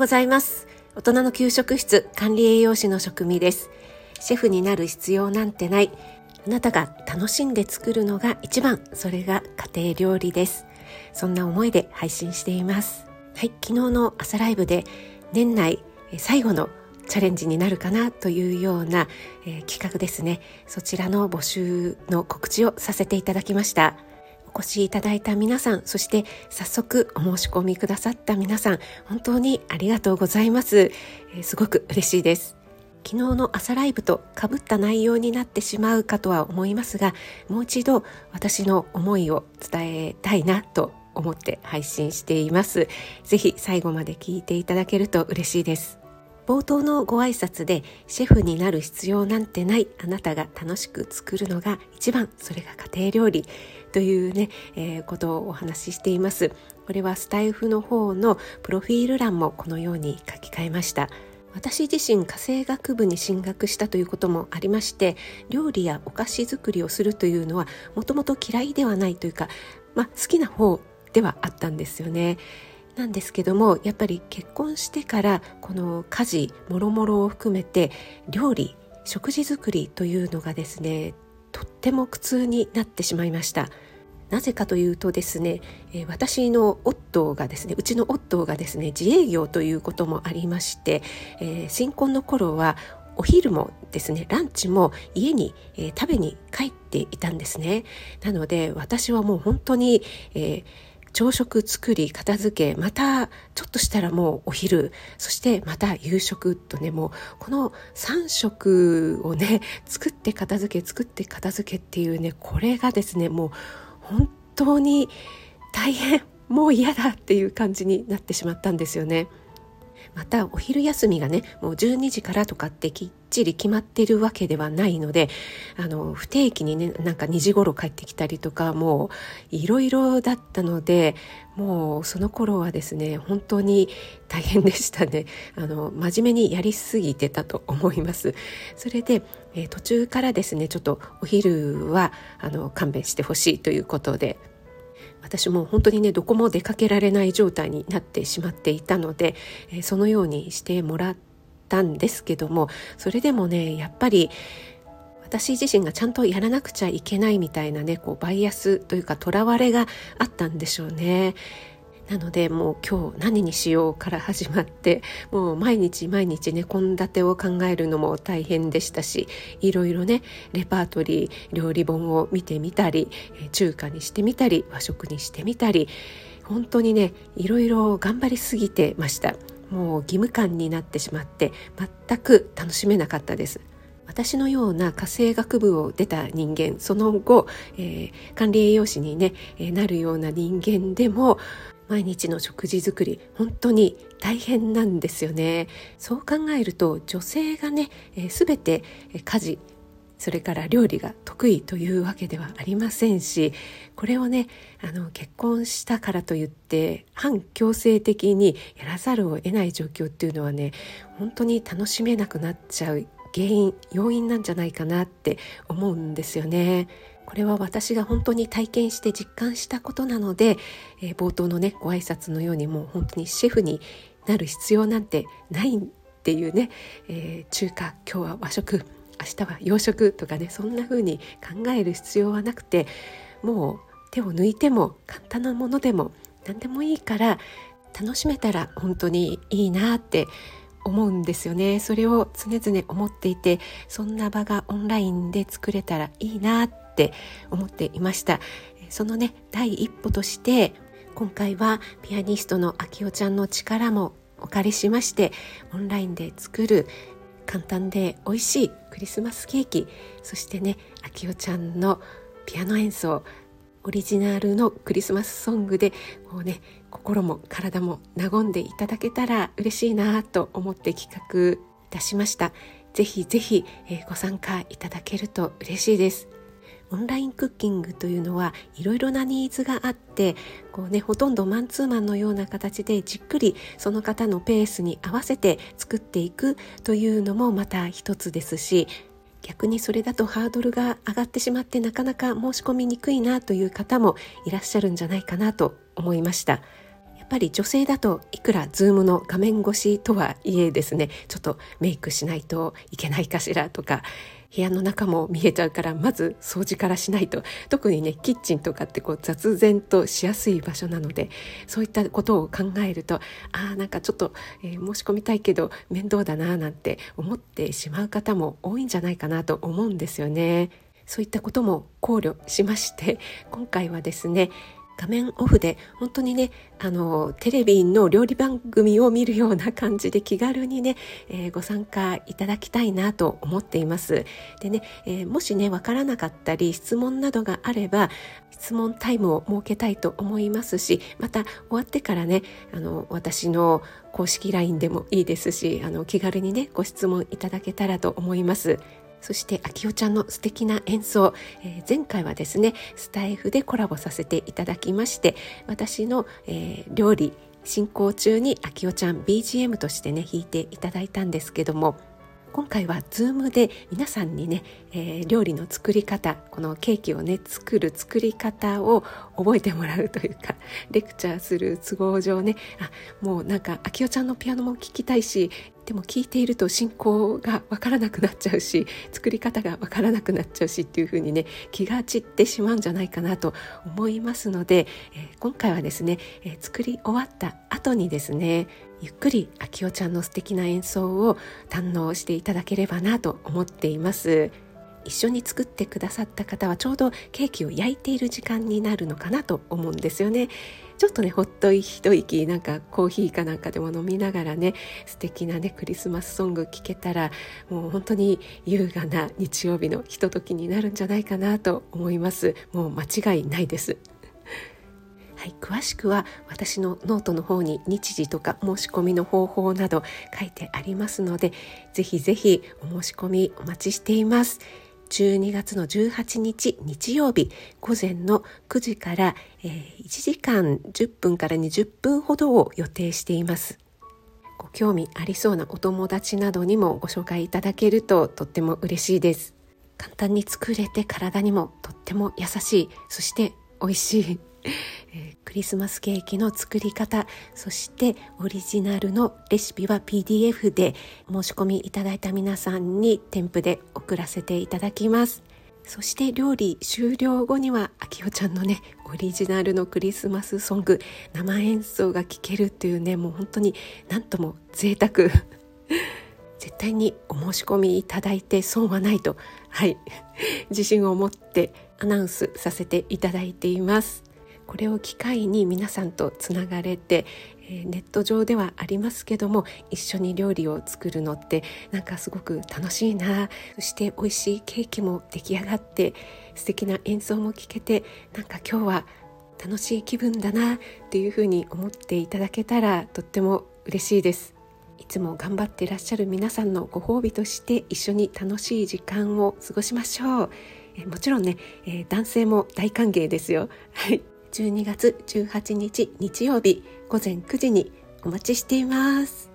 ございます。大人の給食室管理栄養士の食味です。シェフになる必要なんてない。あなたが楽しんで作るのが一番、それが家庭料理です。そんな思いで配信しています。はい、昨日の朝ライブで年内最後のチャレンジになるかなというような、企画ですね。そちらの募集の告知をさせていただきました。お越しいただいた皆さん、そして早速お申し込みくださった皆さん、本当にありがとうございます。すごく嬉しいです。昨日の朝ライブと被った内容になってしまうかとは思いますが、もう一度私の思いを伝えたいなと思って配信しています。ぜひ最後まで聞いていただけると嬉しいです。冒頭のご挨拶で、シェフになる必要なんてない、あなたが楽しく作るのが一番、それが家庭料理というね、ことをお話ししています。これはスタイフの方のプロフィール欄もこのように書き換えました。私自身家政学部に進学したということもありまして、料理やお菓子作りをするというのはもともと嫌いではないというか、好きな方ではあったんですよね。なんですけども、やっぱり結婚してからこの家事もろもろを含めて料理、食事作りというのがですね、とっても苦痛になってしまいました。なぜかというとですね、私の夫がですね、うちの夫がですね、自営業ということもありまして、新婚の頃はお昼もですね、ランチも家に、食べに帰っていたんですね。なので私はもう本当に、朝食作り片付け、またちょっとしたらもうお昼、そしてまた夕食とね、もうこの3食をね、作って片付けっていうね、これがですね、もう本当に大変、もう嫌だっていう感じになってしまったんですよね。またお昼休みがね、もう12時からとかってきっちり決まっているわけではないので、不定期にね、なんか2時頃帰ってきたりとか、もういろいろだったので、もうその頃はですね、本当に大変でしたね。真面目にやりすぎてたと思います。それで、途中からですね、ちょっとお昼は勘弁してほしいということで、私も本当にね、どこも出かけられない状態になってしまっていたので、そのようにしてもらったんですけども、それでもね、やっぱり私自身がちゃんとやらなくちゃいけないみたいなね、こうバイアスというかとらわれがあったんでしょうね。なのでもう今日何にしようから始まって、もう毎日ね、献立を考えるのも大変でしたし、いろいろね、レパートリー、料理本を見てみたり、中華にしてみたり、和食にしてみたり、本当にね、いろいろ頑張りすぎてました。もう義務感になってしまって、全く楽しめなかったです。私のような家政学部を出た人間、その後、管理栄養士に、ね、なるような人間でも、毎日の食事作り本当に大変なんですよね。そう考えると女性がね、全て家事、それから料理が得意というわけではありませんし、これをね、結婚したからといって反強制的にやらざるを得ない状況っていうのはね、本当に楽しめなくなっちゃう要因なんじゃないかなって思うんですよね。これは私が本当に体験して実感したことなので、冒頭のね、ご挨拶のように、もう本当にシェフになる必要なんてないっていうね、中華、今日は和食、明日は洋食とかね、そんな風に考える必要はなくて、もう手を抜いても簡単なものでも何でもいいから楽しめたら本当にいいなって思うんですよね。それを常々思っていて、そんな場がオンラインで作れたらいいなって思っていました。そのね、第一歩として今回はピアニストのあきおちゃんの力もお借りしまして、オンラインで作る簡単で美味しいクリスマスケーキ、そしてね、あきおちゃんのピアノ演奏、オリジナルのクリスマスソングでこうね、心も体も和んでいただけたら嬉しいなと思って企画いたしました。ぜひぜひ、ご参加いただけると嬉しいです。オンラインクッキングというのはいろいろなニーズがあって、こうね、ほとんどマンツーマンのような形でじっくりその方のペースに合わせて作っていくというのもまた一つですし、逆にそれだとハードルが上がってしまってなかなか申し込みにくいなという方もいらっしゃるんじゃないかなと思いました。やっぱり女性だといくらズームの画面越しとはいえですね、ちょっとメイクしないといけないかしらとか、部屋の中も見えちゃうからまず掃除からしないと、特にねキッチンとかって雑然としやすい場所なので、そういったことを考えるとなんかちょっと、申し込みたいけど面倒だななんて思ってしまう方も多いんじゃないかなと思うんですよね。そういったことも考慮しまして、今回はですね画面オフで本当にねテレビの料理番組を見るような感じで気軽にね、ご参加いただきたいなと思っています。でね、もしねわからなかったり質問などがあれば質問タイムを設けたいと思いますし、また終わってからね私の公式 LINE でもいいですし気軽にねご質問いただけたらと思います。そしてあきおちゃんの素敵な演奏、前回はですねスタイフでコラボさせていただきまして、私の、料理進行中にあきおちゃん BGM としてね弾いていただいたんですけども、今回は Zoom で皆さんにね、料理の作り方、このケーキをね作り方を覚えてもらうというか、レクチャーする都合上ね、もうなんかあきおちゃんのピアノも聴きたいし、でも聴いていると進行がわからなくなっちゃうし、作り方がわからなくなっちゃうしっていう風にね気が散ってしまうんじゃないかなと思いますので、今回はですね、作り終わった後にですねゆっくりあきおちゃんの素敵な演奏を堪能していただければなと思っています。一緒に作ってくださった方はちょうどケーキを焼いている時間になるのかなと思うんですよね。ちょっとねほっと一息、なんかコーヒーかなんかでも飲みながらね素敵なねクリスマスソング聴けたら、もう本当に優雅な日曜日のひとときになるんじゃないかなと思います。もう間違いないです。はい、詳しくは私のノートの方に日時とか申し込みの方法など書いてありますので、ぜひぜひお申し込みお待ちしています。12月の18日日曜日午前の9時から、1時間10分から20分ほどを予定しています。ご興味ありそうなお友達などにもご紹介いただけるととっても嬉しいです。簡単に作れて体にもとっても優しい、そして美味しいクリスマスケーキの作り方、そしてオリジナルのレシピは PDF で申し込みいただいた皆さんに添付で送らせていただきます。そして料理終了後にはあきおちゃんのねオリジナルのクリスマスソング生演奏が聴けるっていうね、もう本当になんとも贅沢絶対にお申し込みいただいて損はないと、自信を持ってアナウンスさせていただいています。これを機会に皆さんとつながれて、ネット上ではありますけども一緒に料理を作るのってなんかすごく楽しいな、そして美味しいケーキも出来上がって素敵な演奏も聴けて、なんか今日は楽しい気分だなっていうふうに思っていただけたらとっても嬉しいです。いつも頑張っていらっしゃる皆さんのご褒美として一緒に楽しい時間を過ごしましょう。もちろんね、男性も大歓迎ですよ。12月18日日曜日午前9時にお待ちしています。